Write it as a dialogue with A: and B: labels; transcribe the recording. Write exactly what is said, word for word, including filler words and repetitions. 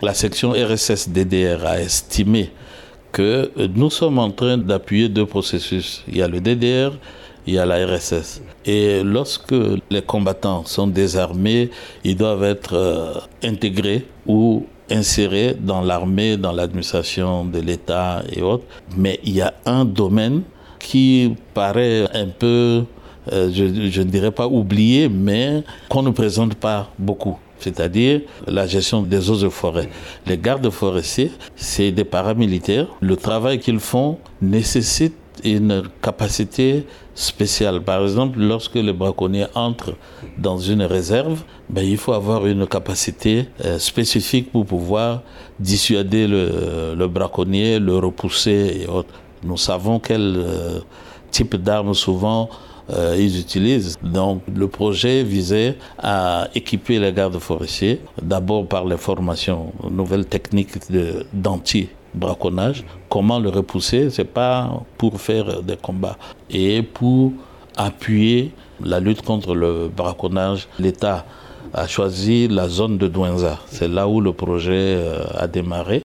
A: La section R S S D D R a estimé que nous sommes en train d'appuyer deux processus. Il y a le D D R, il y a la R S S. Et lorsque les combattants sont désarmés, ils doivent être euh, intégrés ou insérés dans l'armée, dans l'administration de l'État et autres. Mais il y a un domaine qui paraît un peu, euh, je, je ne dirais pas oublié, mais qu'on ne présente pas beaucoup. C'est-à-dire la gestion des eaux et forêts. Les gardes forestiers, c'est des paramilitaires. Le travail qu'ils font nécessite une capacité spéciale. Par exemple, lorsque les braconniers entrent dans une réserve, ben, il faut avoir une capacité euh, spécifique pour pouvoir dissuader le, le braconnier, le repousser et autres. Nous savons quel euh, type d'armes souvent Euh, ils utilisent. Donc le projet visait à équiper les gardes forestiers, d'abord par les formations, nouvelles techniques de, d'anti-braconnage. Comment le repousser, c'est pas pour faire des combats. Et pour appuyer la lutte contre le braconnage, l'État a choisi la zone de Douentza. C'est là où le projet a démarré.